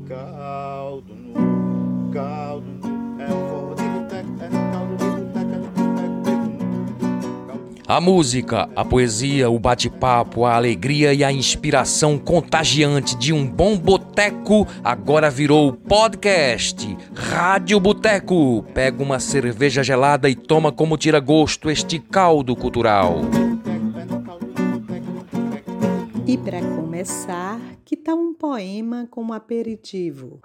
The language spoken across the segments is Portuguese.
caldo no caldo no, é forró de boteco, é no caldo de boteco, é no boteco no caldo. A música, a poesia, o bate-papo, a alegria e a inspiração contagiante de um bom boteco agora virou podcast. Rádio Boteco. Pega uma cerveja gelada e toma como tira gosto este caldo cultural. E para começar, que tal um poema como aperitivo?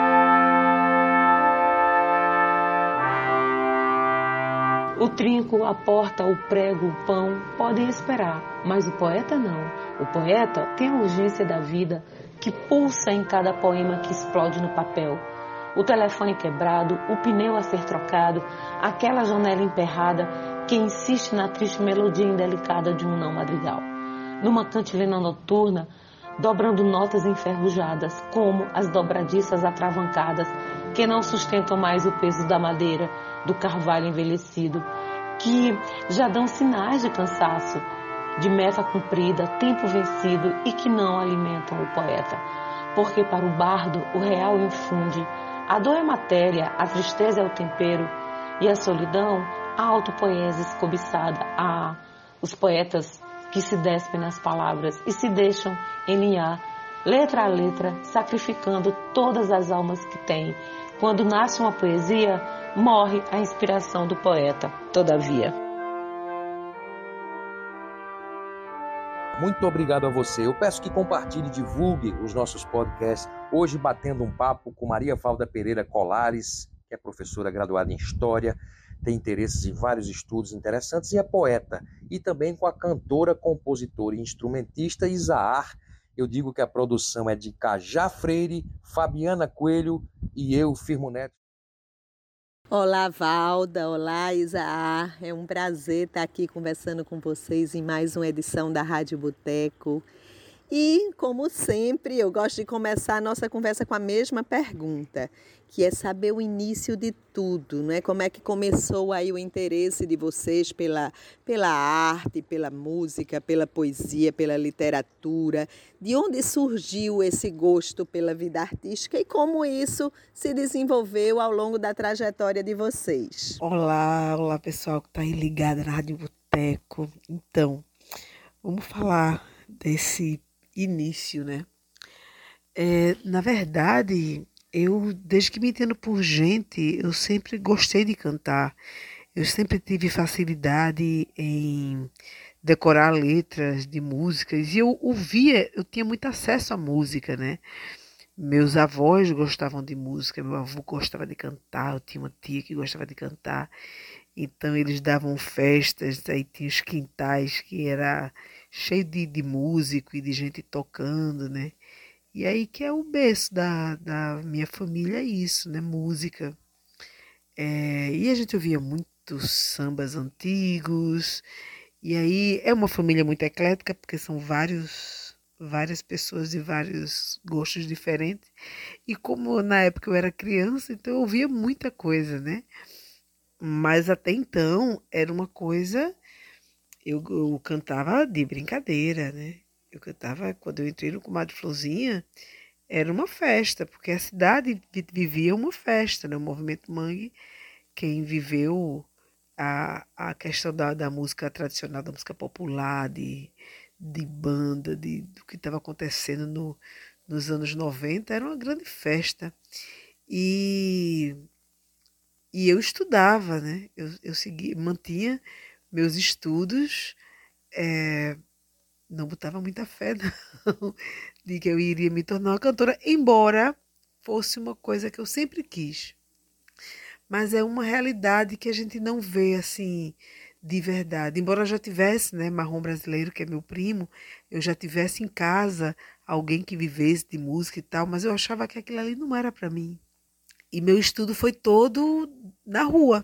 O trinco, a porta, o prego, o pão podem esperar, mas o poeta não. O poeta tem a urgência da vida que pulsa em cada poema que explode no papel. O telefone quebrado, o pneu a ser trocado, aquela janela emperrada que insiste na triste melodia indelicada de um não madrigal. Numa cantilena noturna, dobrando notas enferrujadas, como as dobradiças atravancadas, que não sustentam mais o peso da madeira, do carvalho envelhecido, que já dão sinais de cansaço, de meta cumprida, tempo vencido e que não alimentam o poeta. Porque para o bardo o real infunde, a dor é matéria, a tristeza é o tempero e a solidão a autopoiesis cobiçada. Os poetas que se despem nas palavras e se deixam enlinhar, letra a letra, sacrificando todas as almas que têm. Quando nasce uma poesia, morre a inspiração do poeta, todavia. Muito obrigado a você. Eu peço que compartilhe e divulgue os nossos podcasts. Hoje batendo um papo com Maria Valda Pereira Colares, que é professora graduada em História, tem interesses em vários estudos interessantes e é poeta. E também com a cantora, compositora e instrumentista Isaar. Eu digo que a produção é de Cajá Freire, Fabiana Coelho e eu, Firmo Neto. Olá, Valda. Olá, Isaar. É um prazer estar aqui conversando com vocês em mais uma edição da Rádio Boteco. E, como sempre, eu gosto de começar a nossa conversa com a mesma pergunta, que é saber o início de tudo, não é? Como é que começou aí o interesse de vocês pela arte, pela música, pela poesia, pela literatura? De onde surgiu esse gosto pela vida artística e como isso se desenvolveu ao longo da trajetória de vocês? Olá pessoal que está aí ligado na Rádio Boteco. Então, vamos falar desse início, né? Na verdade, eu, desde que me entendo por gente, eu sempre gostei de cantar. Eu sempre tive facilidade em decorar letras de músicas e eu ouvia, eu tinha muito acesso à música, né? Meus avós gostavam de música, meu avô gostava de cantar, eu tinha uma tia que gostava de cantar. Então eles davam festas, aí tinha os quintais que era cheio de músico e de gente tocando, né? E aí que é o berço da minha família, é isso, né? Música. E a gente ouvia muitos sambas antigos, e aí é uma família muito eclética, porque são várias pessoas de vários gostos diferentes. E como na época eu era criança, então eu ouvia muita coisa, né? Mas até então era uma coisa, eu cantava de brincadeira, né? Eu cantava, quando eu entrei no Comadre Florzinha, era uma festa, porque a cidade vivia uma festa, né? O Movimento Mangue, quem viveu a questão da música tradicional, da música popular, de banda, do que estava acontecendo nos anos 90, era uma grande festa. E E eu estudava, né? Eu mantinha meus estudos, não botava muita fé, não, de que eu iria me tornar uma cantora, embora fosse uma coisa que eu sempre quis. Mas é uma realidade que a gente não vê assim de verdade. Embora eu já tivesse, né, Marrom Brasileiro, que é meu primo, eu já tivesse em casa alguém que vivesse de música e tal, mas eu achava que aquilo ali não era para mim. E meu estudo foi todo na rua,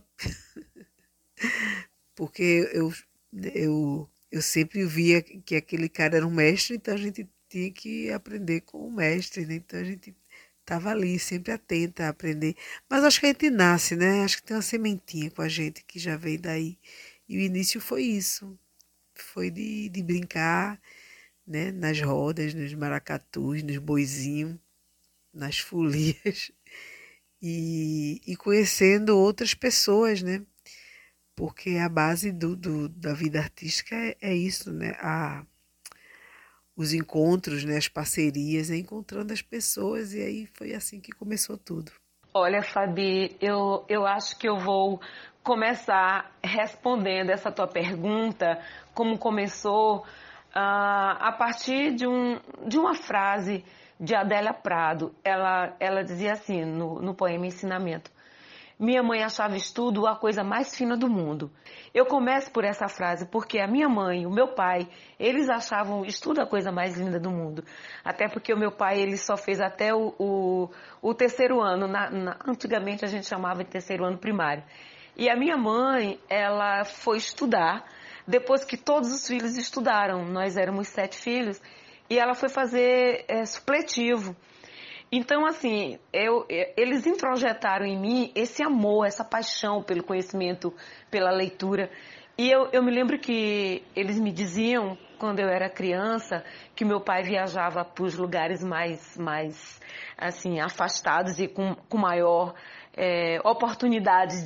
porque eu sempre via que aquele cara era um mestre, então a gente tinha que aprender com o mestre, né? Então a gente estava ali, sempre atenta a aprender. Mas acho que a gente nasce, né? Acho que tem uma sementinha com a gente que já vem daí. E o início foi isso, foi de brincar, né? Nas rodas, nos maracatus, nos boizinhos. nas folias e conhecendo outras pessoas, né? Porque a base da vida artística é isso, né? Os encontros, né? As parcerias, é encontrando as pessoas, e aí foi assim que começou tudo. Olha, Fabi, eu acho que eu vou começar respondendo essa tua pergunta, como começou, a partir de uma frase de Adélia Prado. Ela dizia assim, no poema Ensinamento: minha mãe achava estudo a coisa mais fina do mundo. Eu começo por essa frase porque a minha mãe, o meu pai, eles achavam estudo a coisa mais linda do mundo. Até porque o meu pai, ele só fez até o terceiro ano. Antigamente a gente chamava de terceiro ano primário. E a minha mãe, ela foi estudar depois que todos os filhos estudaram. Nós éramos 7 filhos. E ela foi fazer supletivo. Então, assim, eles introjetaram em mim esse amor, essa paixão pelo conhecimento, pela leitura. E eu me lembro que eles me diziam, quando eu era criança, que meu pai viajava para os lugares mais assim, afastados e com maior oportunidade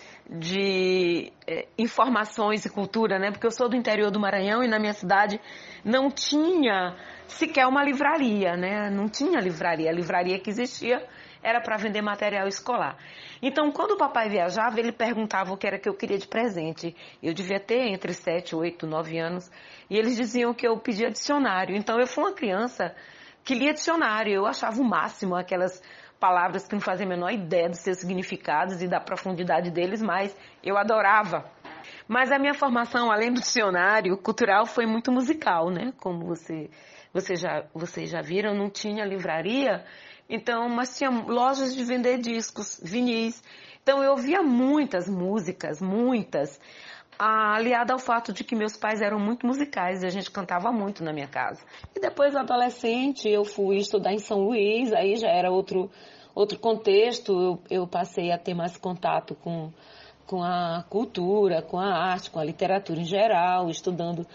de informações e cultura, né? Porque eu sou do interior do Maranhão e na minha cidade não tinha sequer uma livraria, né? Não tinha livraria. A livraria que existia era para vender material escolar. Então, quando o papai viajava, ele perguntava o que era que eu queria de presente. Eu devia ter entre 7, 8, 9 anos. E eles diziam que eu pedia dicionário. Então, eu fui uma criança que lia dicionário. Eu achava o máximo aquelas palavras que não faziam a menor ideia dos seus significados e da profundidade deles, mas eu adorava. Mas a minha formação, além do dicionário cultural, foi muito musical, né? Como vocês já viram, não tinha livraria, então, mas tinha lojas de vender discos, vinis. Então eu ouvia muitas músicas, muitas, aliada ao fato de que meus pais eram muito musicais e a gente cantava muito na minha casa. E depois, adolescente, eu fui estudar em São Luís, aí já era outro contexto, eu passei a ter mais contato com a cultura, com a arte, com a literatura em geral, estudando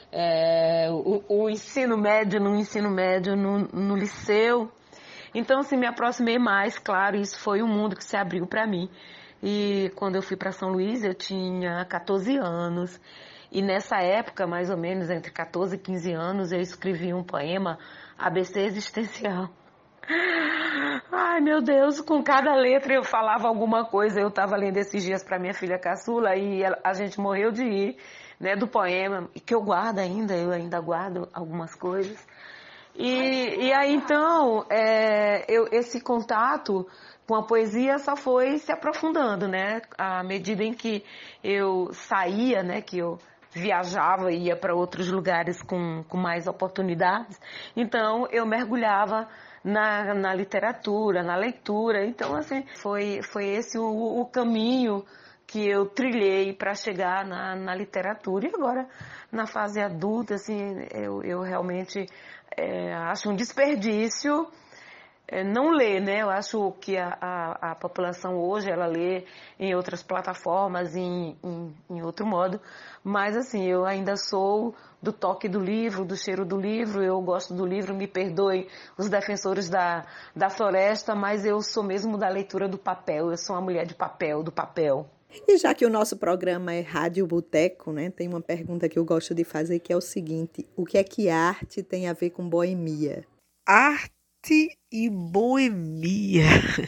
o ensino médio no liceu. Então, assim, me aproximei mais, claro, isso foi um mundo que se abriu para mim. E quando eu fui para São Luís, eu tinha 14 anos. E nessa época, mais ou menos, entre 14 e 15 anos, eu escrevi um poema, ABC Existencial. Ai, meu Deus, com cada letra eu falava alguma coisa. Eu estava lendo esses dias para minha filha caçula e a gente morreu de rir, né, do poema, que eu guardo ainda, eu ainda guardo algumas coisas. E aí, então, esse contato com a poesia só foi se aprofundando, né? À medida em que eu saía, né, que eu viajava e ia para outros lugares com mais oportunidades, então eu mergulhava na literatura, na leitura. Então, assim, foi esse o caminho que eu trilhei para chegar na literatura. E agora, na fase adulta, assim, eu realmente acho um desperdício não ler, né? Eu acho que a população hoje, ela lê em outras plataformas, em outro modo, mas assim, eu ainda sou do toque do livro, do cheiro do livro, eu gosto do livro, me perdoem os defensores da floresta, mas eu sou mesmo da leitura do papel, eu sou uma mulher de papel, do papel. E já que o nosso programa é Rádio Boteco, né, tem uma pergunta que eu gosto de fazer, que é o seguinte: o que é que arte tem a ver com boemia? Arte e boemia.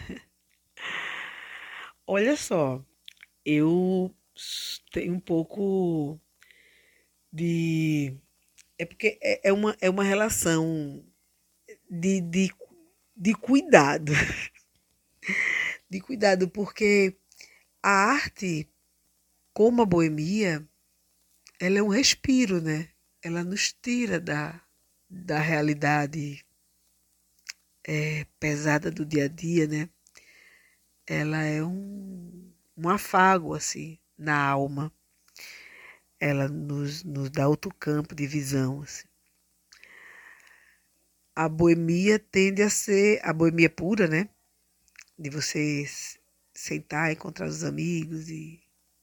Olha só, eu tenho um pouco de... É porque é uma relação de cuidado. De cuidado, porque a arte, como a boemia, ela é um respiro, né? Ela nos tira da realidade pesada do dia a dia, né? Ela é um afago, assim, na alma. Ela nos dá outro campo de visão, assim. A boemia tende a ser a boemia pura, né? De você sentar, encontrar os amigos e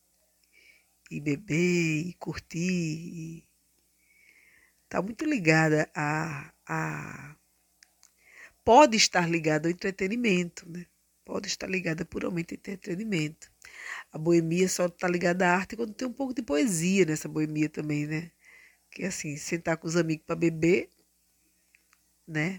beber e curtir. Tá muito ligada a pode estar ligada ao entretenimento, né? Pode estar ligada puramente ao entretenimento. A boemia só está ligada à arte quando tem um pouco de poesia nessa boemia também, né? Que assim, sentar com os amigos para beber, né?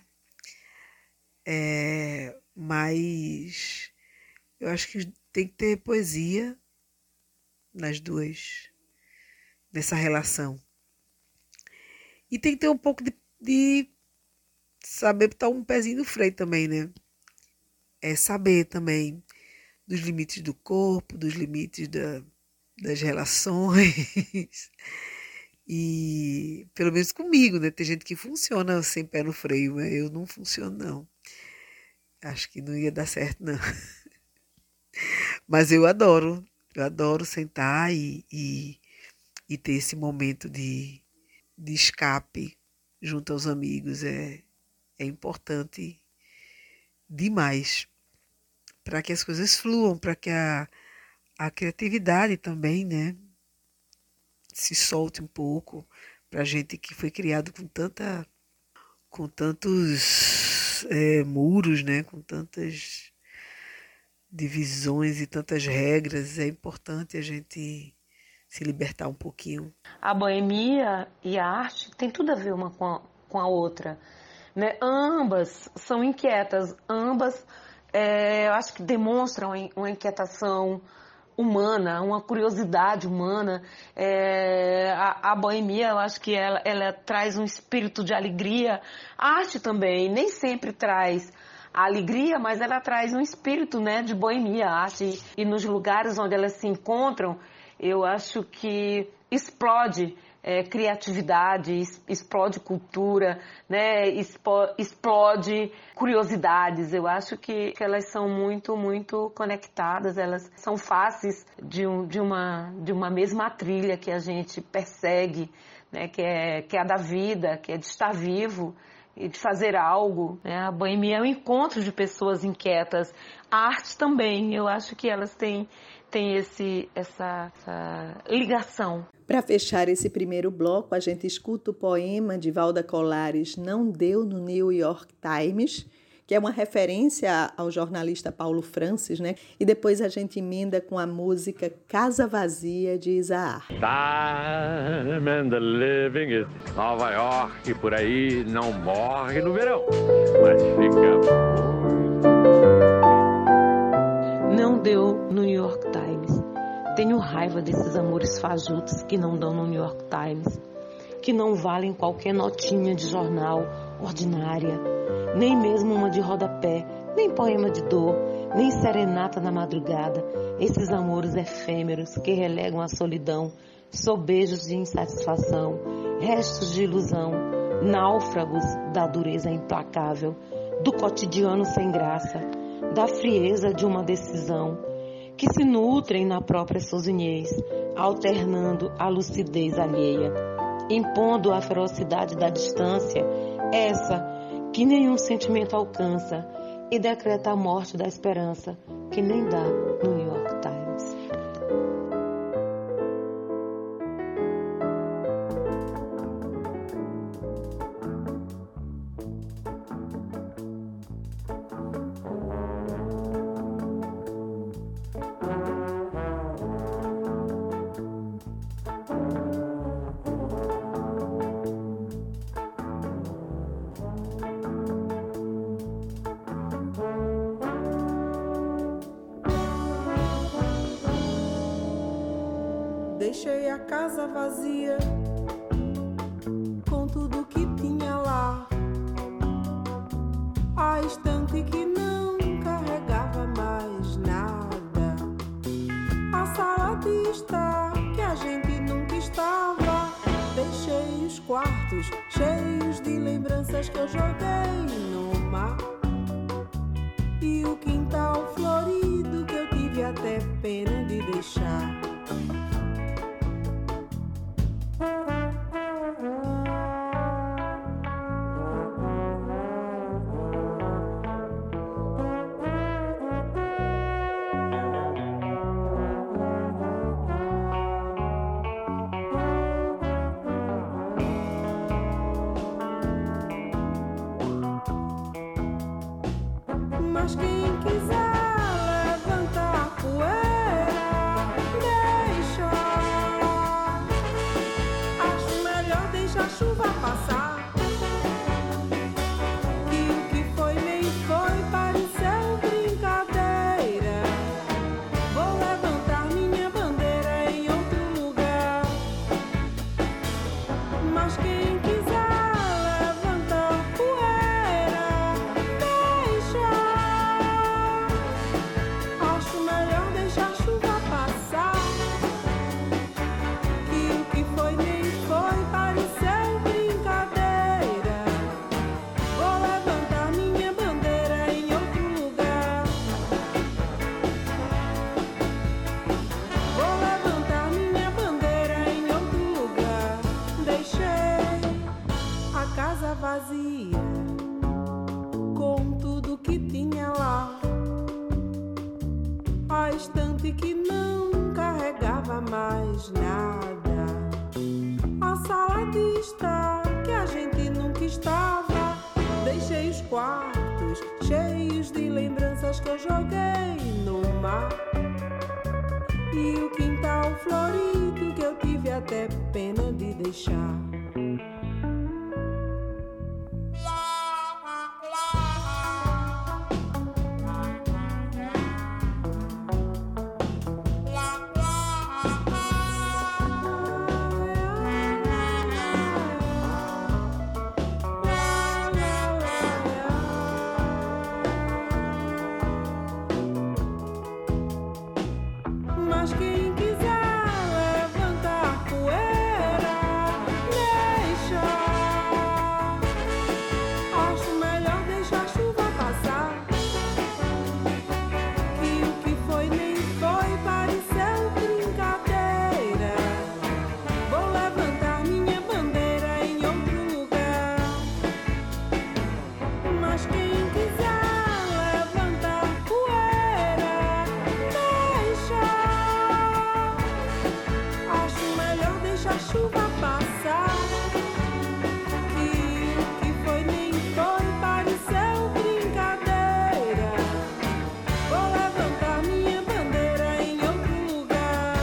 Mas eu acho que tem que ter poesia nas duas, nessa relação. E tem que ter um pouco de saber botar um pezinho no freio também, né? É saber também dos limites do corpo, dos limites das relações. E pelo menos comigo, né? Tem gente que funciona sem pé no freio, mas eu não funciono, não. Acho que não ia dar certo, não. Mas eu adoro sentar e ter esse momento de escape junto aos amigos. É importante demais para que as coisas fluam, para que a criatividade também, né, se solte um pouco, para a gente que foi criado com tantos muros, né, com tantas divisões e tantas regras. É importante a gente se libertar um pouquinho. A boemia e a arte tem tudo a ver uma com a outra, né? Ambas são inquietas, ambas eu acho que demonstram uma inquietação humana, uma curiosidade humana. A boemia, eu acho que ela traz um espírito de alegria. A arte também nem sempre traz a alegria, mas ela traz um espírito, né, de boemia. A arte, e nos lugares onde elas se encontram, eu acho que explode criatividade, explode cultura, né? Explode curiosidades. Eu acho que elas são muito, muito conectadas, elas são faces de uma mesma trilha que a gente persegue, né? Que é a da vida, que é de estar vivo e de fazer algo, né? A boemia é um encontro de pessoas inquietas. A arte também, eu acho que elas têm essa ligação. Para fechar esse primeiro bloco, a gente escuta o poema de Valda Colares, Não Deu no New York Times, que é uma referência ao jornalista Paulo Francis, né? E depois a gente emenda com a música Casa Vazia, de Isaar. Time and the living is Nova York, por aí não morre no verão, mas fica bom. Não deu no New York Times. Tenho raiva desses amores fajutos que não dão no New York Times, que não valem qualquer notinha de jornal ordinária, nem mesmo uma de rodapé, nem poema de dor, nem serenata na madrugada. Esses amores efêmeros que relegam a solidão, sobejos de insatisfação, restos de ilusão, náufragos da dureza implacável, do cotidiano sem graça, da frieza de uma decisão, que se nutrem na própria sozinhez, alternando a lucidez alheia, impondo a ferocidade da distância, essa que nenhum sentimento alcança, e decreta a morte da esperança, que nem dá no New York Times. Deixei a casa vazia, com tudo que tinha lá. A estante que não carregava mais nada. A sala de estar que a gente nunca estava. Deixei os quartos cheios de lembranças que eu joguei no mar. E o quintal florido que eu tive até pena de deixar. Mas quem quiser levantar poeira, deixa. Acho melhor deixar a chuva passar. Que o que foi nem foi pareceu brincadeira. Vou levantar minha bandeira em outro lugar. Mas quem quiser levantar poeira, deixa. Acho melhor deixar a chuva passar. Que o que foi nem foi pareceu brincadeira. Vou levantar minha bandeira em outro lugar. Vou levantar minha bandeira em outro lugar. Deixei a casa vazia, com tudo que tinha lá. A estante que não carregava mais nada. A sala de estar que a gente nunca estava. Deixei os quartos cheios de lembranças que eu joguei no mar. E o quintal florido que eu tive até pena de deixar. Mas quem quiser levantar poeira, deixa. Acho melhor deixar a chuva passar. Que o que foi nem foi pareceu brincadeira. Vou levantar minha bandeira em outro lugar. Mas quem quiser levantar poeira, deixa. Acho melhor deixar a chuva passar. Que o que foi nem foi pareceu brincadeira. Vou levantar minha bandeira em outro lugar.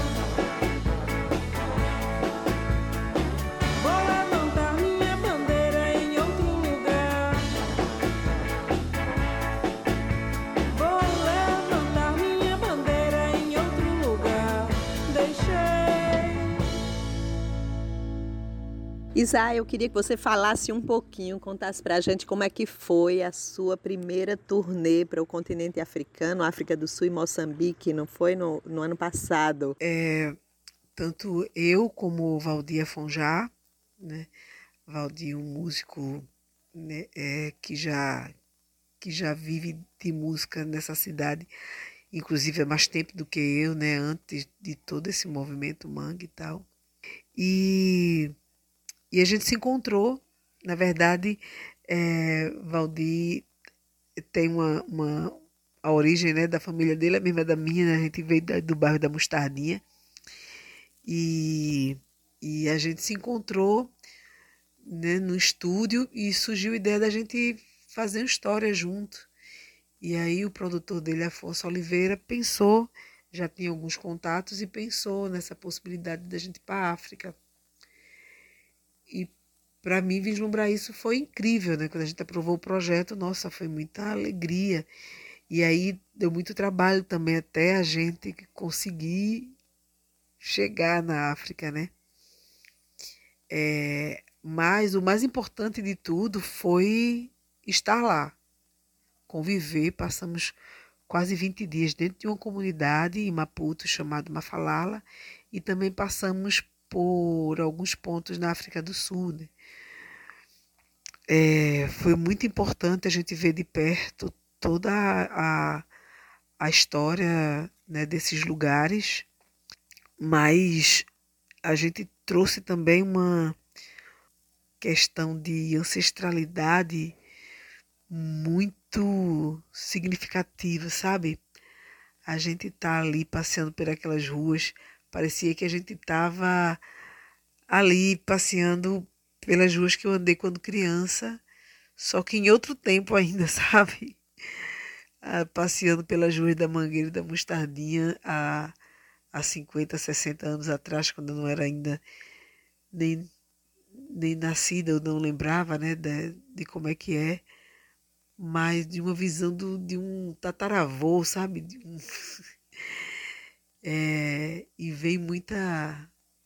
Vou levantar minha bandeira em outro lugar. Vou levantar minha bandeira em outro lugar. Deixei. Isa, eu queria que você falasse um pouquinho, contasse para a gente como é que foi a sua primeira turnê para o continente africano, África do Sul e Moçambique, não foi no ano passado? Tanto eu como o Valdir Afonjá, né? Valdir, um músico, né, que já vive de música nessa cidade, inclusive há mais tempo do que eu, né, antes de todo esse movimento Mangue e tal. E a gente se encontrou, na verdade, Valdir tem a origem, né, da família dele, a mesma da minha, né? A gente veio do bairro da Mostardinha. E a gente se encontrou, né, no estúdio e surgiu a ideia da gente fazer uma história junto. E aí o produtor dele, Afonso Oliveira, pensou, já tinha alguns contatos e pensou nessa possibilidade da gente ir para a África. E para mim vislumbrar isso foi incrível, né? Quando a gente aprovou o projeto, nossa, foi muita alegria. E aí deu muito trabalho também até a gente conseguir chegar na África, né? Mas o mais importante de tudo foi estar lá, conviver. Passamos quase 20 dias dentro de uma comunidade em Maputo chamada Mafalala e também passamos por alguns pontos na África do Sul, né? Foi muito importante a gente ver de perto toda a história, né, desses lugares, mas a gente trouxe também uma questão de ancestralidade muito significativa, sabe? A gente tá ali passeando por aquelas ruas, parecia que a gente estava ali passeando pelas ruas que eu andei quando criança, só que em outro tempo ainda, sabe? passeando pelas ruas da Mangueira e da Mostardinha há 50, 60 anos atrás, quando eu não era ainda nem nascida, eu não lembrava, né, de como é que é, mas de uma visão de um tataravô, sabe? E vem muita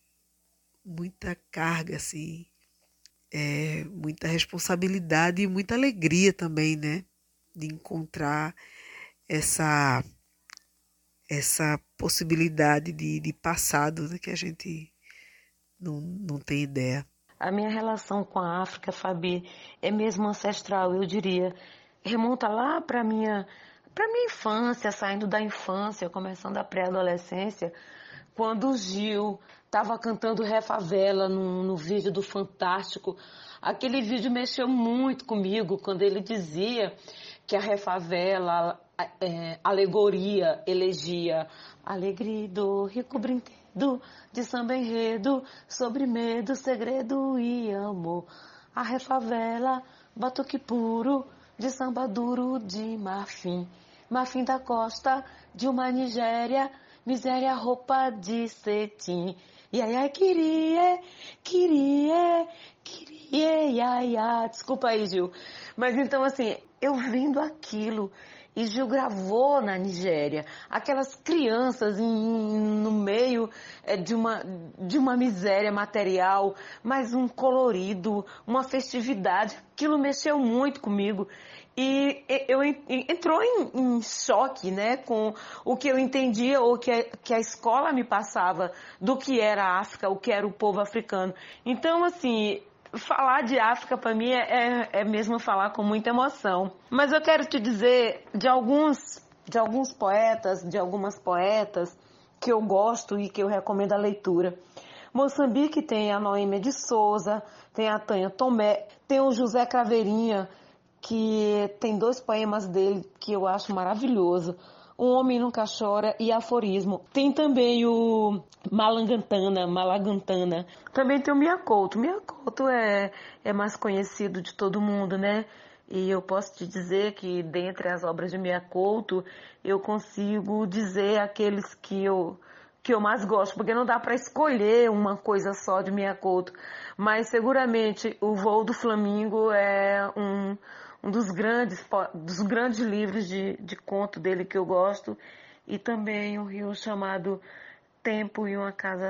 carga, assim, muita responsabilidade e muita alegria também, né? De encontrar essa possibilidade de passado, né, que a gente não tem ideia. A minha relação com a África, Fabi, é mesmo ancestral, eu diria. Remonta lá para minha infância, saindo da infância, começando a pré-adolescência, quando o Gil estava cantando Ré Favela no vídeo do Fantástico. Aquele vídeo mexeu muito comigo, quando ele dizia que a Ré Favela, alegoria, elegia alegria do rico brinquedo, de samba enredo, sobre medo, segredo e amor. A Ré Favela, batuque puro, de samba duro de marfim. Marfim da costa de uma Nigéria, miséria roupa de cetim. Ai, ai, queria, ai, ai. Desculpa aí, Gil. Mas então, assim, eu vendo aquilo, e Gil gravou na Nigéria, aquelas crianças no meio de uma miséria material, mas um colorido, uma festividade, aquilo mexeu muito comigo. E eu entrou em choque, né, com o que eu entendia ou que a escola me passava do que era a África, o que era o povo africano. Então, assim, falar de África para mim é mesmo falar com muita emoção. Mas eu quero te dizer de alguns poetas, de algumas poetas que eu gosto e que eu recomendo a leitura. Moçambique tem a Noêmia de Souza, tem a Tânia Tomé, tem o José Craveirinha, que tem 2 poemas dele que eu acho maravilhoso. Um Homem Nunca Chora e Aforismo. Tem também o Malagantana. Também tem o Mia Couto. Mia Couto é mais conhecido de todo mundo, né? E eu posso te dizer que dentre as obras de Mia Couto, eu consigo dizer aqueles que eu mais gosto, porque não dá para escolher uma coisa só de Mia Couto. Mas seguramente O Voo do Flamingo é um dos grandes livros de conto dele que eu gosto, e também um rio chamado Tempo e uma casa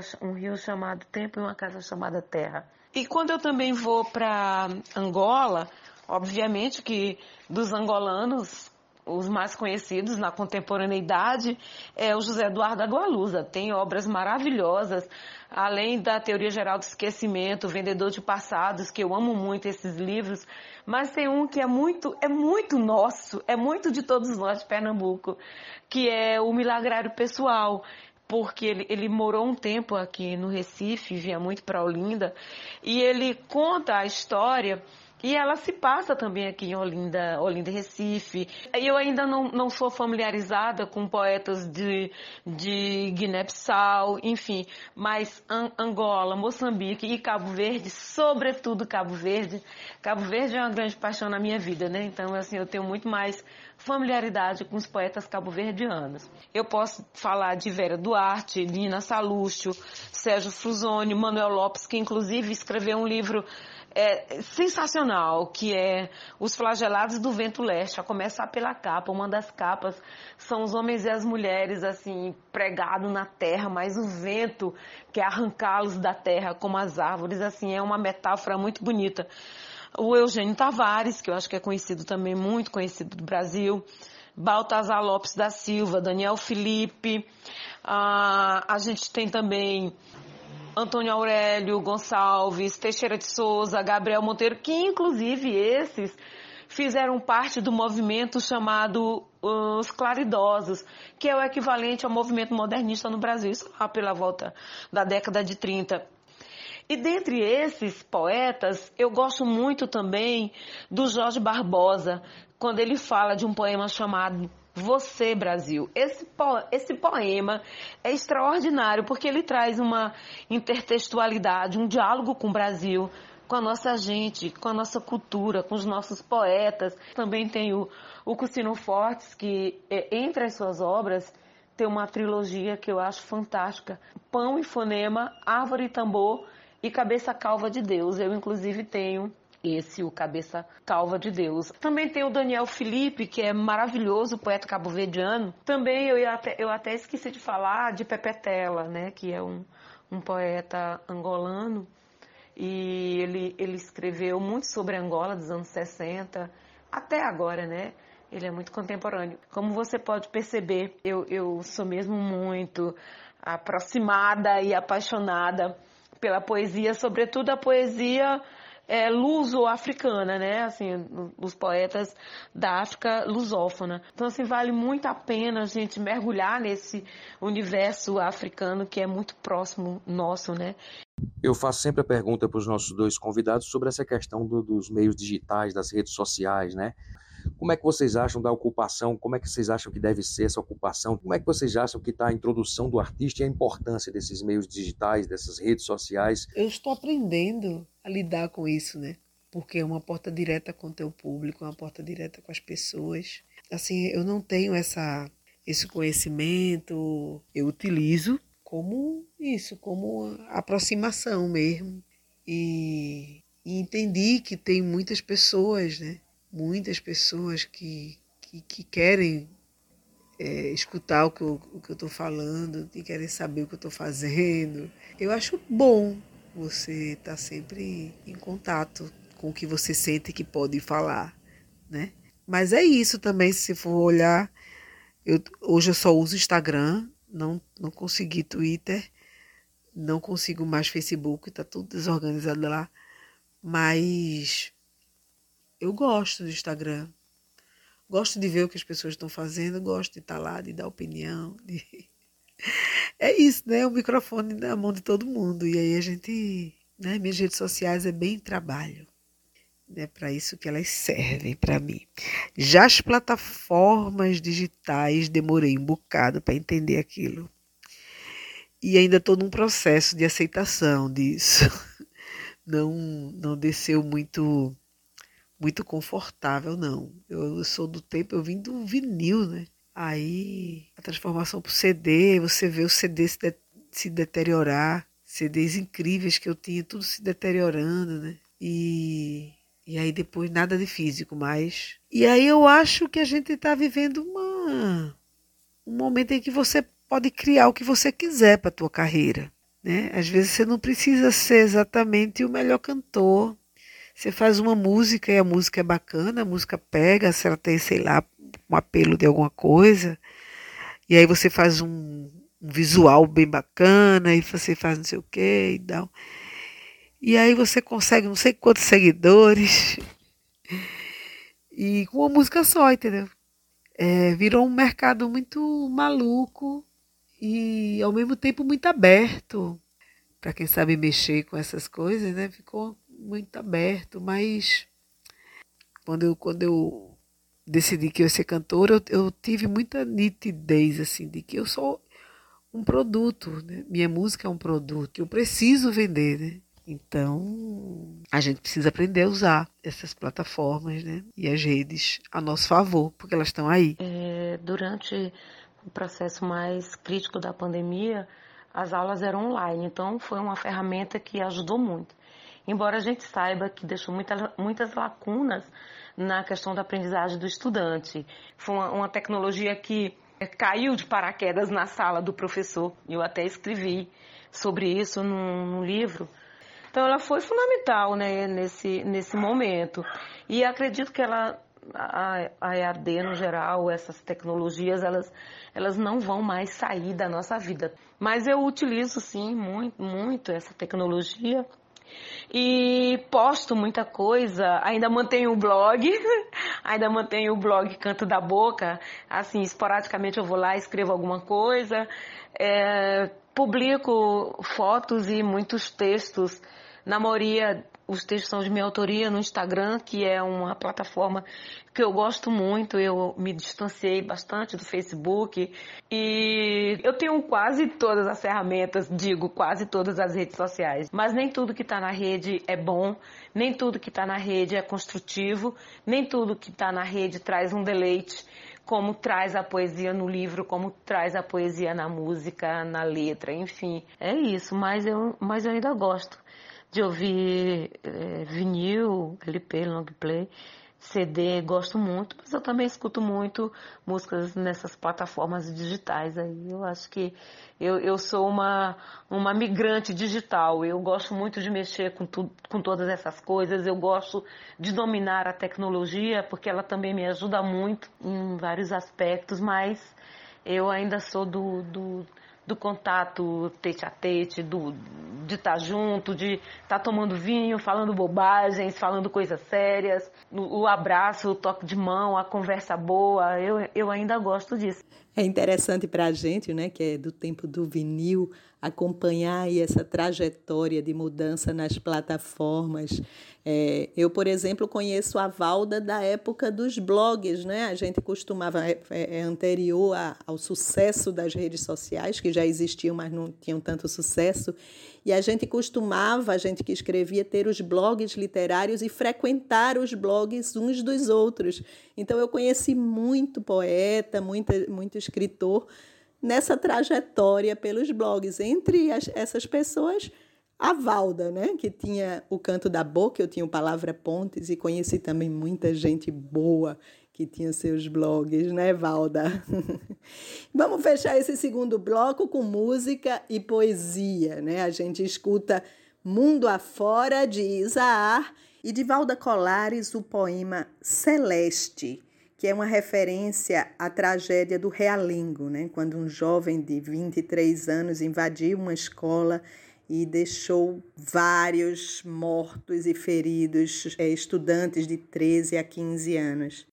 chamada Terra. E quando eu também vou para Angola, obviamente que dos angolanos, os mais conhecidos na contemporaneidade é o José Eduardo Agualusa. Tem obras maravilhosas, além da Teoria Geral do Esquecimento, Vendedor de Passados, que eu amo muito esses livros, mas tem um que é muito nosso, é muito de todos nós de Pernambuco, que é o Milagrário Pessoal, porque ele morou um tempo aqui no Recife, vinha muito para Olinda, e ele conta a história. E ela se passa também aqui em Olinda e Recife. Eu ainda não sou familiarizada com poetas de Guiné-Bissau, enfim, mas Angola, Moçambique e Cabo Verde, sobretudo Cabo Verde. Cabo Verde é uma grande paixão na minha vida, né? Então, assim, eu tenho muito mais familiaridade com os poetas cabo-verdianos. Eu posso falar de Vera Duarte, Lina Salúcio, Sérgio Frusoni, Manuel Lopes, que inclusive escreveu um livro sensacional, que é Os Flagelados do Vento Leste, a começar pela capa. Uma das capas são os homens e as mulheres assim pregados na terra, mas o vento quer arrancá-los da terra como as árvores. Assim, é uma metáfora muito bonita. O Eugênio Tavares, que eu acho que é conhecido também, muito conhecido do Brasil, Baltazar Lopes da Silva, Daniel Felipe, a gente tem também Antônio Aurélio Gonçalves, Teixeira de Souza, Gabriel Monteiro, que inclusive esses fizeram parte do movimento chamado os Claridosos, que é o equivalente ao movimento modernista no Brasil, isso lá pela volta da década de 30. E dentre esses poetas, eu gosto muito também do Jorge Barbosa, quando ele fala de um poema chamado Você, Brasil. Esse poema é extraordinário porque ele traz uma intertextualidade, um diálogo com o Brasil, com a nossa gente, com a nossa cultura, com os nossos poetas. Também tem o Custino Fortes, que entre as suas obras tem uma trilogia que eu acho fantástica: Pão e Fonema, Árvore e Tambor e Cabeça Calva de Deus. Eu, inclusive, tenho o Cabeça Calva de Deus. Também tem o Daniel Felipe, que é maravilhoso, poeta cabo-verdiano. Também eu até esqueci de falar de Pepe Tela, né, que é um poeta angolano. E ele escreveu muito sobre Angola dos anos 60 até agora, né? Ele é muito contemporâneo. Como você pode perceber, eu sou mesmo muito aproximada e apaixonada pela poesia, sobretudo a poesia luso-africana, né? Assim, os poetas da África lusófona. Então, assim, vale muito a pena a gente mergulhar nesse universo africano que é muito próximo nosso, né? Eu faço sempre a pergunta para os nossos dois convidados sobre essa questão dos meios digitais, das redes sociais, né? Como é que vocês acham da ocupação? Como é que vocês acham que deve ser essa ocupação? Como é que vocês acham que está a introdução do artista e a importância desses meios digitais, dessas redes sociais? Eu estou aprendendo a lidar com isso, né? Porque é uma porta direta com o teu público, é uma porta direta com as pessoas. Assim, eu não tenho esse conhecimento, eu utilizo como isso, como aproximação mesmo. E entendi que tem muitas pessoas, né? Muitas pessoas que querem escutar o que eu estou falando, que querem saber o que eu estou fazendo. Eu acho bom você estar sempre em contato com o que você sente que pode falar, né? Mas é isso também, se for olhar, hoje eu só uso Instagram, não consegui Twitter, não consigo mais Facebook, está tudo desorganizado lá, mas eu gosto do Instagram, gosto de ver o que as pessoas estão fazendo, gosto de estar lá, de dar opinião. É isso, né? O microfone na mão de todo mundo. E aí a gente, né? Minhas redes sociais é bem trabalho. É para isso que elas servem para mim. Já as plataformas digitais, demorei um bocado para entender aquilo. E ainda estou num processo de aceitação disso. Não desceu muito confortável, não. Eu sou do tempo, eu vim do vinil, né? Aí a transformação para o CD, você vê o CD se deteriorar, CDs incríveis que eu tinha, tudo se deteriorando, né? E aí depois nada de físico mais. E aí eu acho que a gente está vivendo um momento em que você pode criar o que você quiser para a tua carreira, né? Às vezes você não precisa ser exatamente o melhor cantor. Você faz uma música e a música é bacana, a música pega, se ela tem, sei lá, um apelo de alguma coisa, e aí você faz um visual bem bacana, e você faz não sei o que e tal. E aí você consegue não sei quantos seguidores, e com uma música só, entendeu? Virou um mercado muito maluco e ao mesmo tempo muito aberto. Para quem sabe mexer com essas coisas, né? Ficou muito aberto, mas quando eu decidi que eu ia ser cantora, eu tive muita nitidez, assim, de que eu sou um produto, né? Minha música é um produto que eu preciso vender, né? Então, a gente precisa aprender a usar essas plataformas, né? E as redes a nosso favor, porque elas estão aí. Durante o processo mais crítico da pandemia, as aulas eram online, então foi uma ferramenta que ajudou muito. Embora a gente saiba que deixou muitas lacunas na questão da aprendizagem do estudante. Foi uma tecnologia que caiu de paraquedas na sala do professor. Eu até escrevi sobre isso num livro. Então ela foi fundamental, né, nesse momento. E acredito que a EAD no geral, essas tecnologias, elas não vão mais sair da nossa vida. Mas eu utilizo sim muito essa tecnologia. E posto muita coisa, ainda mantenho o blog, Canto da Boca, assim, esporadicamente eu vou lá, escrevo alguma coisa, publico fotos e muitos textos, na maioria Os textos são de minha autoria no Instagram, que é uma plataforma que eu gosto muito. Eu me distanciei bastante do Facebook e eu tenho quase todas as ferramentas, quase todas as redes sociais. Mas nem tudo que está na rede é bom, nem tudo que está na rede é construtivo, nem tudo que está na rede traz um deleite, como traz a poesia no livro, como traz a poesia na música, na letra, enfim. É isso, mas eu ainda gosto de ouvir vinil, LP, long play, CD, gosto muito, mas eu também escuto muito músicas nessas plataformas digitais aí. Eu acho que eu sou uma migrante digital. Eu gosto muito de mexer com todas essas coisas. Eu gosto de dominar a tecnologia, porque ela também me ajuda muito em vários aspectos, mas eu ainda sou do contato tete-a-tete, de estar junto, de estar tomando vinho, falando bobagens, falando coisas sérias, o abraço, o toque de mão, a conversa boa, eu ainda gosto disso. É interessante para a gente, né, que é do tempo do vinil, acompanhar aí essa trajetória de mudança nas plataformas. Eu, por exemplo, conheço a Valda da época dos blogs, né? A gente costumava, anterior ao sucesso das redes sociais, que já existiam, mas não tinham tanto sucesso, e a gente que escrevia, ter os blogs literários e frequentar os blogs uns dos outros. Então, eu conheci muito poeta, muito escritor, nessa trajetória pelos blogs. Entre essas pessoas, a Valda, né, que tinha o Canto da Boca, eu tinha o Palavra Pontes, e conheci também muita gente boa que tinha seus blogs, né, Valda? Vamos fechar esse segundo bloco com música e poesia, né? A gente escuta Mundo Afora, de Isaar, e de Valda Colares, o poema Celeste, que é uma referência à tragédia do Realengo, né? Quando um jovem de 23 anos invadiu uma escola e deixou vários mortos e feridos, estudantes de 13 a 15 anos.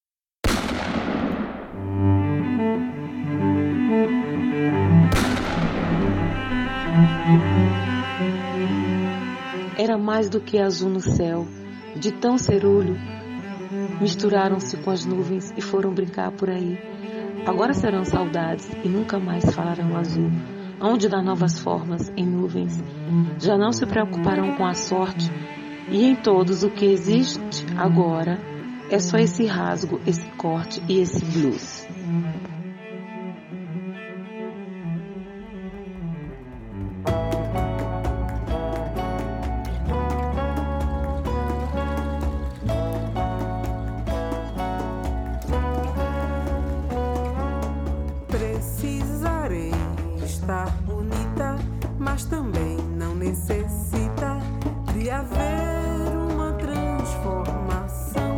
Era mais do que azul no céu, de tão cerulho, misturaram-se com as nuvens e foram brincar por aí. Agora serão saudades e nunca mais falarão azul. Onde dá novas formas em nuvens, já não se preocuparão com a sorte, e em todos o que existe agora é só esse rasgo, esse corte e esse blues. Precisarei estar bonita, mas também não necessita de haver uma transformação.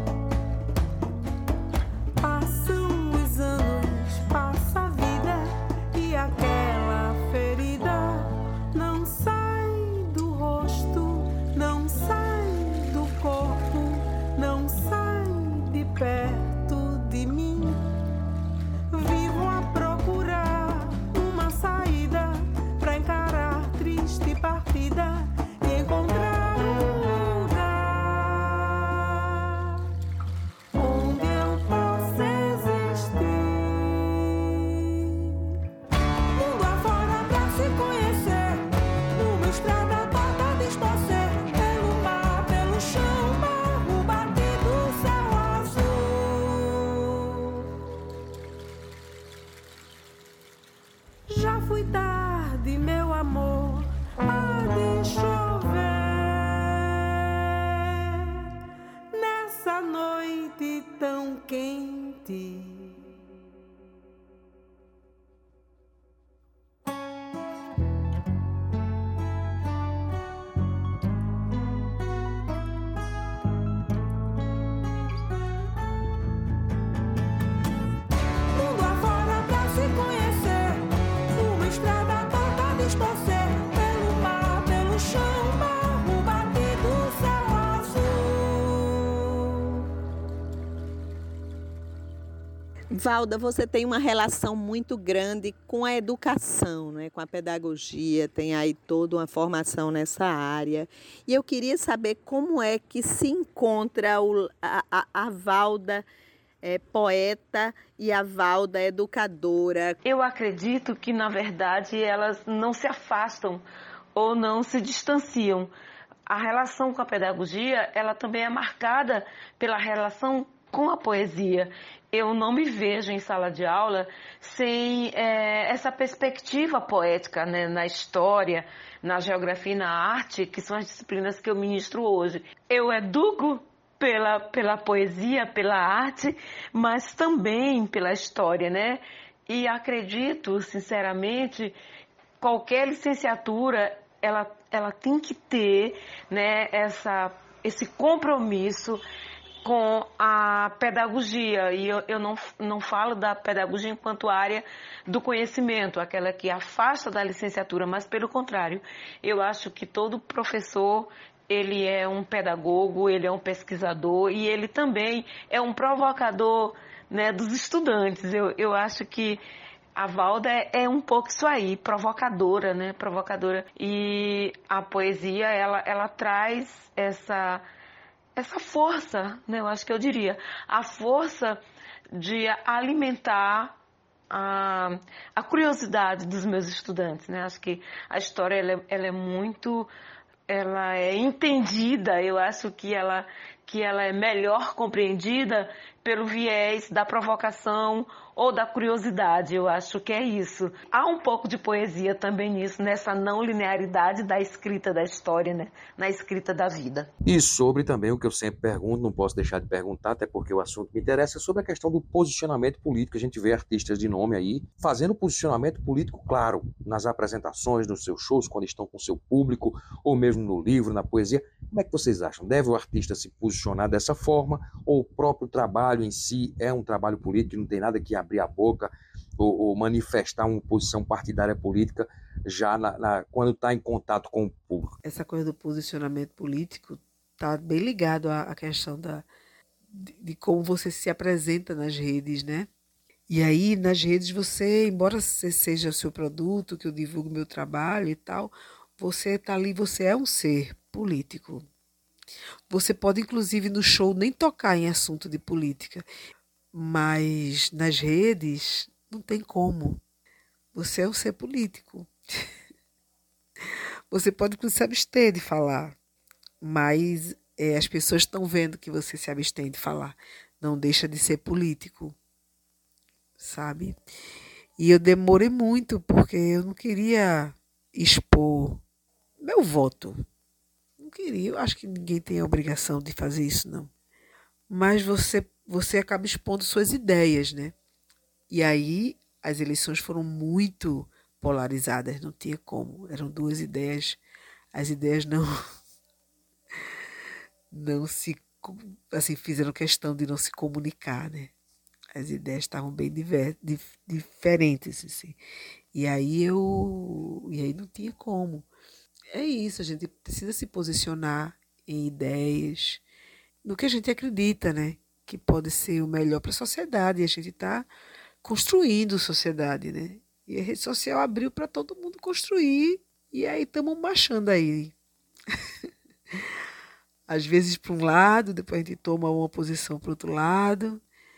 Passam os anos, passa a vida, e aquela ferida não sai do rosto, não sai do corpo, não sai de perto de mim. Vivo a procurar uma saída pra encarar triste partida e encontrar um lugar onde eu possa existir. Mundo afora pra se conhecer, uma estrada torta distorcer, pelo mar, pelo chão, barro batido, céu azul. Já fui tarde, meu amor, há de chover nessa noite tão quente. Mundo afora pra se conhecer, uma estrada torta distorcer, Valda, você tem uma relação muito grande com a educação, né? Com a pedagogia, tem aí toda uma formação nessa área. E eu queria saber como é que se encontra a Valda poeta e a Valda educadora. Eu acredito que, na verdade, elas não se afastam ou não se distanciam. A relação com a pedagogia, ela também é marcada pela relação com a poesia. Eu não me vejo em sala de aula sem essa perspectiva poética, né, na história, na geografia e na arte, que são as disciplinas que eu ministro hoje. Eu educo pela poesia, pela arte, mas também pela história, né? E acredito, sinceramente, qualquer licenciatura, ela tem que ter, né, esse compromisso com a pedagogia. E eu não falo da pedagogia enquanto área do conhecimento, aquela que afasta da licenciatura, mas pelo contrário, eu acho que todo professor, ele é um pedagogo, ele é um pesquisador e ele também é um provocador, né, dos estudantes. Eu acho que a Valda é um pouco isso aí, provocadora, né? Provocadora. E a poesia, ela traz essa força, né? Eu acho que eu diria, a força de alimentar a curiosidade dos meus estudantes, né? Acho que a história, ela é muito... ela é entendida, eu acho que ela é melhor compreendida pelo viés da provocação ou da curiosidade. Eu acho que é isso. Há um pouco de poesia também nisso, nessa não linearidade da escrita da história, né? Na escrita da vida. E sobre também o que eu sempre pergunto, não posso deixar de perguntar, até porque o assunto me interessa, é sobre a questão do posicionamento político. A gente vê artistas de nome aí fazendo posicionamento político, claro, nas apresentações, nos seus shows, quando estão com seu público, ou mesmo no livro, na poesia. Como é que vocês acham? Deve o artista se posicionar dessa forma, ou o próprio trabalho em si é um trabalho político e não tem nada que abrir a boca ou manifestar uma posição partidária política já quando está em contato com o público? Essa coisa do posicionamento político está bem ligado à questão de como você se apresenta nas redes, né? E aí, nas redes, você, embora você seja o seu produto, que eu divulgo meu trabalho e tal, você está ali, você é um ser político. Você pode, inclusive, no show nem tocar em assunto de política, mas nas redes não tem como. Você é um ser político. Você pode, inclusive, se abster de falar, mas as pessoas estão vendo que você se abstém de falar. Não deixa de ser político, sabe? E eu demorei muito, porque eu não queria expor meu voto. Não queria, eu acho que ninguém tem a obrigação de fazer isso, não. Mas você acaba expondo suas ideias, né? E aí as eleições foram muito polarizadas, não tinha como. Eram duas ideias, as ideias não se, assim, fizeram questão de não se comunicar, né? As ideias estavam bem diferentes, assim. E aí não tinha como. É isso, a gente precisa se posicionar em ideias, no que a gente acredita, né? Que pode ser o melhor para a sociedade. E a gente está construindo sociedade, né? E a rede social abriu para todo mundo construir. E aí estamos marchando aí. Às vezes para um lado, depois a gente toma uma posição para o outro lado.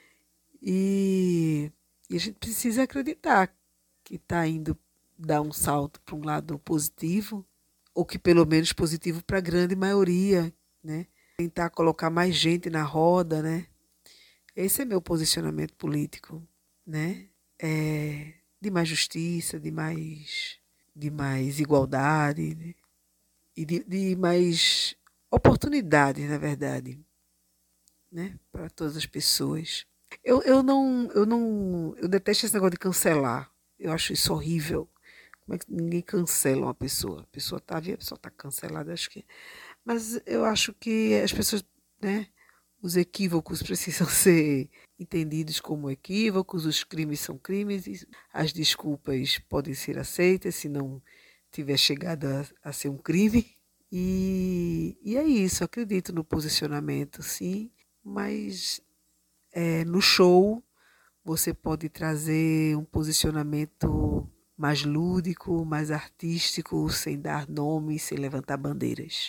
E a gente precisa acreditar que está indo dar um salto para um lado positivo, ou que pelo menos positivo para a grande maioria, né? Tentar colocar mais gente na roda, né? Esse é meu posicionamento político, né? De mais justiça, de mais igualdade, né? E de mais oportunidades, na verdade, né? Para todas as pessoas. Eu detesto esse negócio de cancelar. Eu acho isso horrível. Como é que ninguém cancela uma pessoa? A pessoa está cancelada, acho que. Mas eu acho que as pessoas, né? Os equívocos precisam ser entendidos como equívocos, os crimes são crimes, as desculpas podem ser aceitas se não tiver chegado a ser um crime. E é isso, acredito no posicionamento, sim, mas no show você pode trazer um posicionamento mais lúdico, mais artístico, sem dar nomes, sem levantar bandeiras?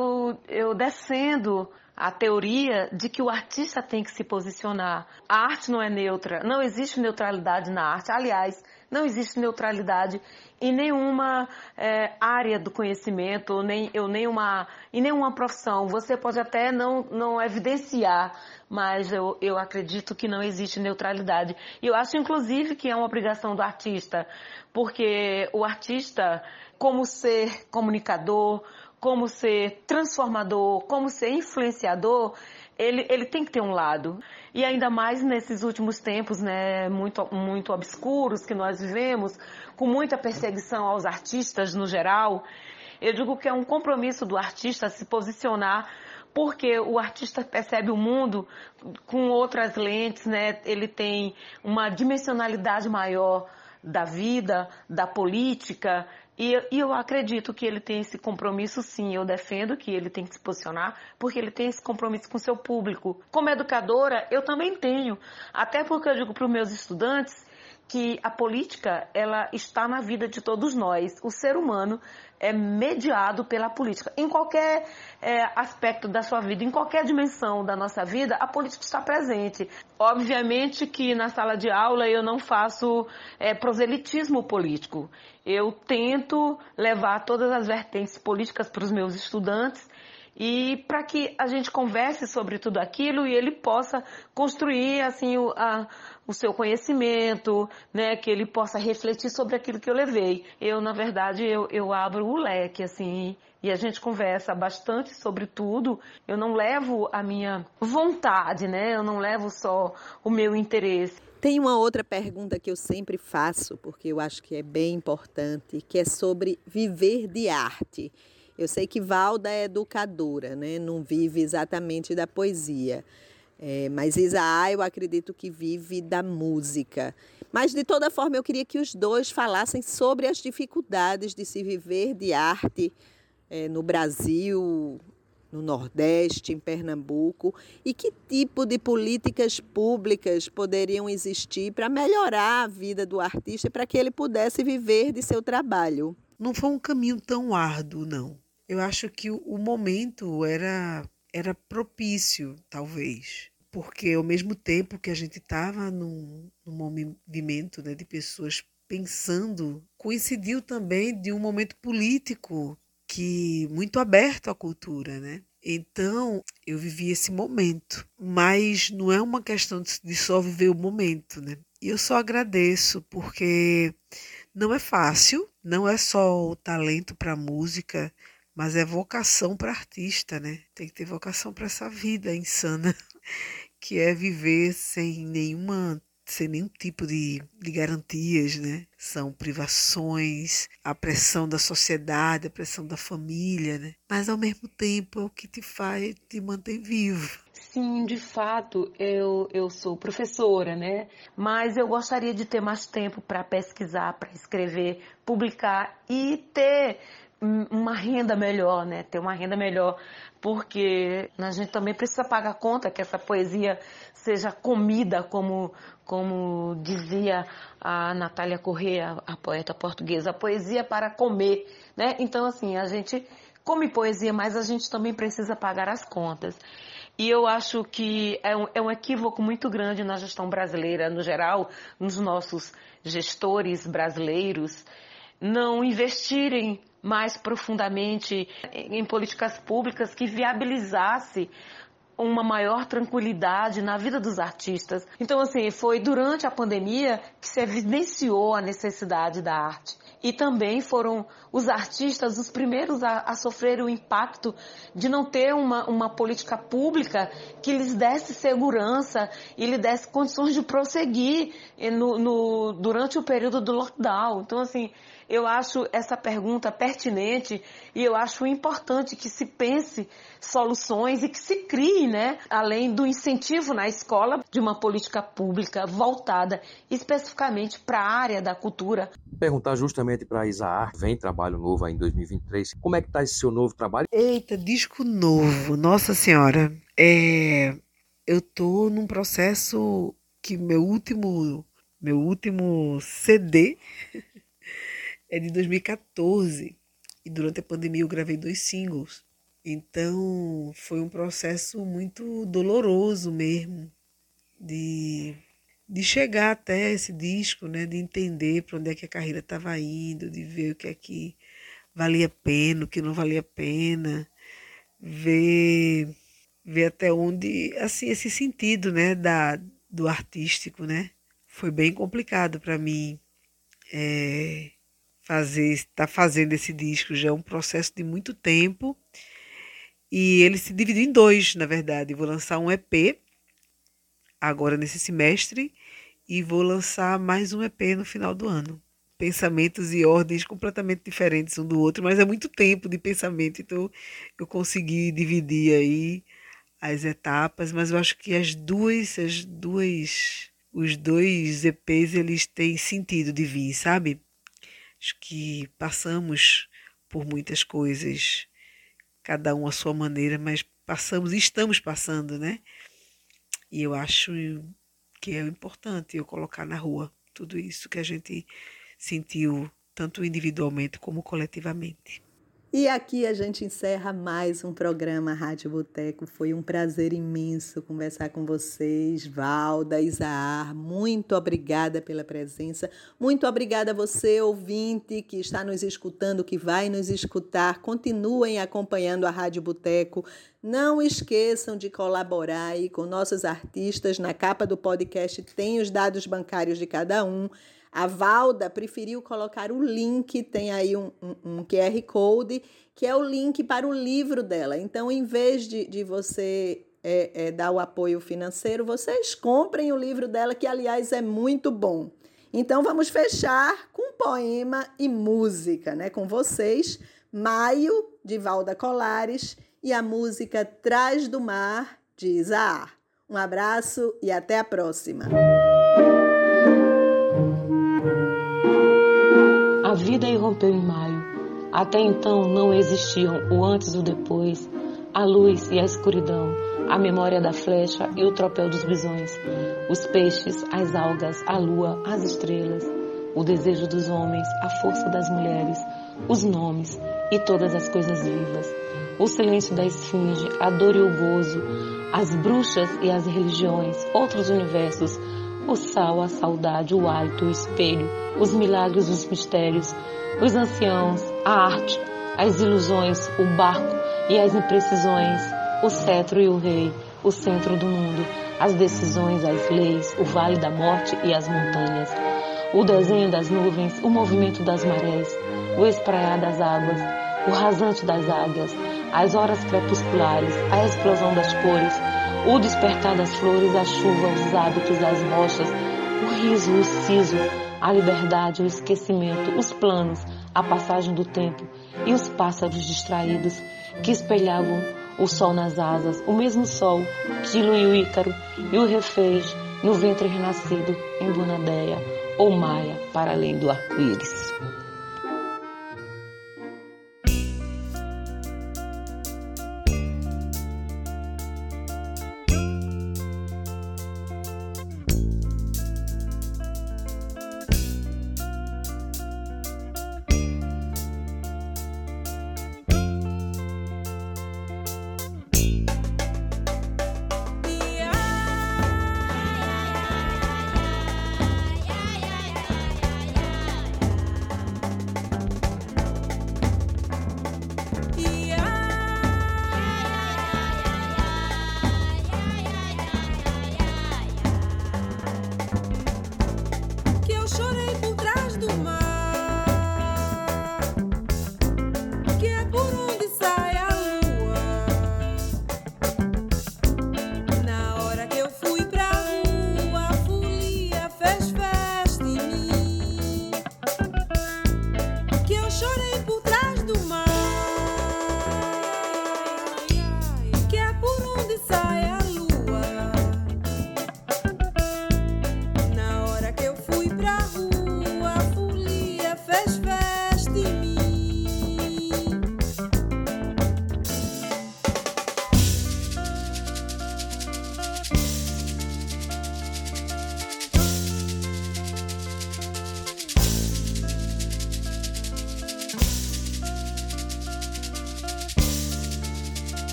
Eu defendo a teoria de que o artista tem que se posicionar. A arte não é neutra, não existe neutralidade na arte. Aliás, não existe neutralidade em nenhuma área do conhecimento, em nenhuma profissão. Você pode até não evidenciar, mas eu acredito que não existe neutralidade. E eu acho, inclusive, que é uma obrigação do artista, porque o artista, como ser comunicador, como ser transformador, como ser influenciador, ele tem que ter um lado. E ainda mais nesses últimos tempos, né, muito obscuros que nós vivemos, com muita perseguição aos artistas no geral, eu digo que é um compromisso do artista se posicionar, porque o artista percebe o mundo com outras lentes, né? Ele tem uma dimensionalidade maior da vida, da política. E eu acredito que ele tem esse compromisso, sim. Eu defendo que ele tem que se posicionar, porque ele tem esse compromisso com o seu público. Como educadora, eu também tenho. Até porque eu digo para os meus estudantes que a política, ela está na vida de todos nós. O ser humano é mediado pela política. Em qualquer aspecto da sua vida, em qualquer dimensão da nossa vida, a política está presente. Obviamente que na sala de aula eu não faço proselitismo político. Eu tento levar todas as vertentes políticas para os meus estudantes e para que a gente converse sobre tudo aquilo e ele possa construir assim o seu conhecimento, né, que ele possa refletir sobre aquilo que eu levei. Na verdade, eu abro o leque, assim, e a gente conversa bastante sobre tudo. Eu não levo a minha vontade, né, eu não levo só o meu interesse. Tem uma outra pergunta que eu sempre faço, porque eu acho que é bem importante, que é sobre viver de arte. Eu sei que Valda é educadora, né? Não vive exatamente da poesia. Mas Isaá, eu acredito que vive da música. Mas, de toda forma, eu queria que os dois falassem sobre as dificuldades de se viver de arte no Brasil, no Nordeste, em Pernambuco, e que tipo de políticas públicas poderiam existir para melhorar a vida do artista, para que ele pudesse viver de seu trabalho. Não foi um caminho tão árduo, não. Eu acho que o momento era propício, talvez, porque ao mesmo tempo que a gente estava num movimento, né, de pessoas pensando, coincidiu também de um momento político que muito aberto à cultura, né? Então, eu vivi esse momento, mas não é uma questão de só viver o momento, né? E eu só agradeço, porque não é fácil, não é só o talento para a música, mas é vocação para artista, né? Tem que ter vocação para essa vida insana, que é viver sem nenhum tipo de garantias, né? São privações, a pressão da sociedade, a pressão da família, né? Mas ao mesmo tempo é o que te mantém vivo. Sim, de fato, eu sou professora, né? Mas eu gostaria de ter mais tempo para pesquisar, para escrever, publicar e ter uma renda melhor, né? Ter uma renda melhor, porque a gente também precisa pagar conta que essa poesia seja comida, como dizia a Natália Corrêa, a poeta portuguesa, a poesia para comer, né? Então, assim, a gente come poesia, mas a gente também precisa pagar as contas. E eu acho que é um equívoco muito grande na gestão brasileira, no geral, nos nossos gestores brasileiros, não investirem mais profundamente em políticas públicas que viabilizasse uma maior tranquilidade na vida dos artistas. Então, assim, foi durante a pandemia que se evidenciou a necessidade da arte. E também foram os artistas os primeiros a sofrer o impacto de não ter uma política pública que lhes desse segurança e lhes desse condições de prosseguir durante o período do lockdown. Então, assim, eu acho essa pergunta pertinente e eu acho importante que se pense soluções e que se crie, né, além do incentivo na escola, de uma política pública voltada especificamente para a área da cultura. Perguntar justamente para a Isaá, vem trabalho novo aí em 2023, como é que está esse seu novo trabalho? Eita, disco novo, nossa senhora, eu tô num processo que meu último CD é de 2014 e durante a pandemia eu gravei 2 singles. Então foi um processo muito doloroso mesmo de chegar até esse disco, né? De entender para onde é que a carreira estava indo, de ver o que é que valia a pena, o que não valia a pena, ver até onde, assim, esse sentido, né, do artístico, né? Foi bem complicado para mim estar fazendo esse disco, já é um processo de muito tempo. E ele se dividiu em 2, na verdade. Vou lançar um EP agora nesse semestre e vou lançar mais um EP no final do ano. Pensamentos e ordens completamente diferentes um do outro, mas é muito tempo de pensamento, então eu consegui dividir aí as etapas, mas eu acho que os 2 EPs, eles têm sentido de vir, sabe? Acho que passamos por muitas coisas, cada um à sua maneira, mas passamos e estamos passando, né? E eu acho que é importante eu colocar na rua tudo isso que a gente sentiu, tanto individualmente como coletivamente. E aqui a gente encerra mais um programa Rádio Boteco. Foi um prazer imenso conversar com vocês, Valda, Isaar. Muito obrigada pela presença. Muito obrigada a você, ouvinte, que está nos escutando, que vai nos escutar. Continuem acompanhando a Rádio Boteco. Não esqueçam de colaborar aí com nossos artistas. Na capa do podcast tem os dados bancários de cada um. A Valda preferiu colocar o link, tem aí um QR Code, que é o link para o livro dela. Então, em vez de você dar o apoio financeiro, vocês comprem o livro dela, que, aliás, é muito bom. Então, vamos fechar com poema e música, né? Com vocês, Maio, de Valda Colares, e a música Trás do Mar, de Isaar. Um abraço e até a próxima. A vida irrompeu em maio. Até então não existiam o antes e o depois, a luz e a escuridão, a memória da flecha e o tropel dos bisões, os peixes, as algas, a lua, as estrelas, o desejo dos homens, a força das mulheres, os nomes e todas as coisas vivas, o silêncio da esfinge, a dor e o gozo, as bruxas e as religiões, outros universos, o sal, a saudade, o hálito, o espelho, os milagres, os mistérios, os anciãos, a arte, as ilusões, o barco e as imprecisões, o cetro e o rei, o centro do mundo, as decisões, as leis, o vale da morte e as montanhas, o desenho das nuvens, o movimento das marés, o espraiar das águas, o rasante das águias, as horas crepusculares, a explosão das cores, o despertar das flores, a chuva, os hábitos das rochas, o riso, o siso, a liberdade, o esquecimento, os planos, a passagem do tempo e os pássaros distraídos que espelhavam o sol nas asas, o mesmo sol que iluiu Ícaro e o refez no ventre renascido em Bonadeia ou Maia para além do arco-íris.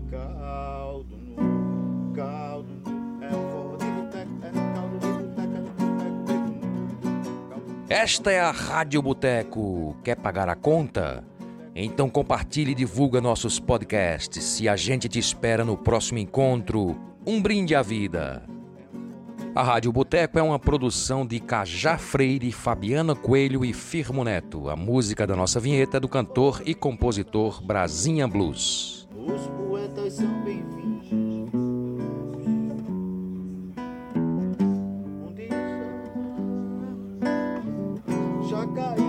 caldo no caldo. É forró de boteco, é no caldo de boteco, é no boteco, caldo. Esta é a Rádio Boteco. Quer pagar a conta? Então compartilhe e divulga nossos podcasts e a gente te espera no próximo encontro. Um brinde à vida. A Rádio Boteco é uma produção de Cajá Freire, Fabiana Coelho e Firmo Neto. A música da nossa vinheta é do cantor e compositor Brasinha Blues. Os poetas são bem-vindos. Onde já caiu.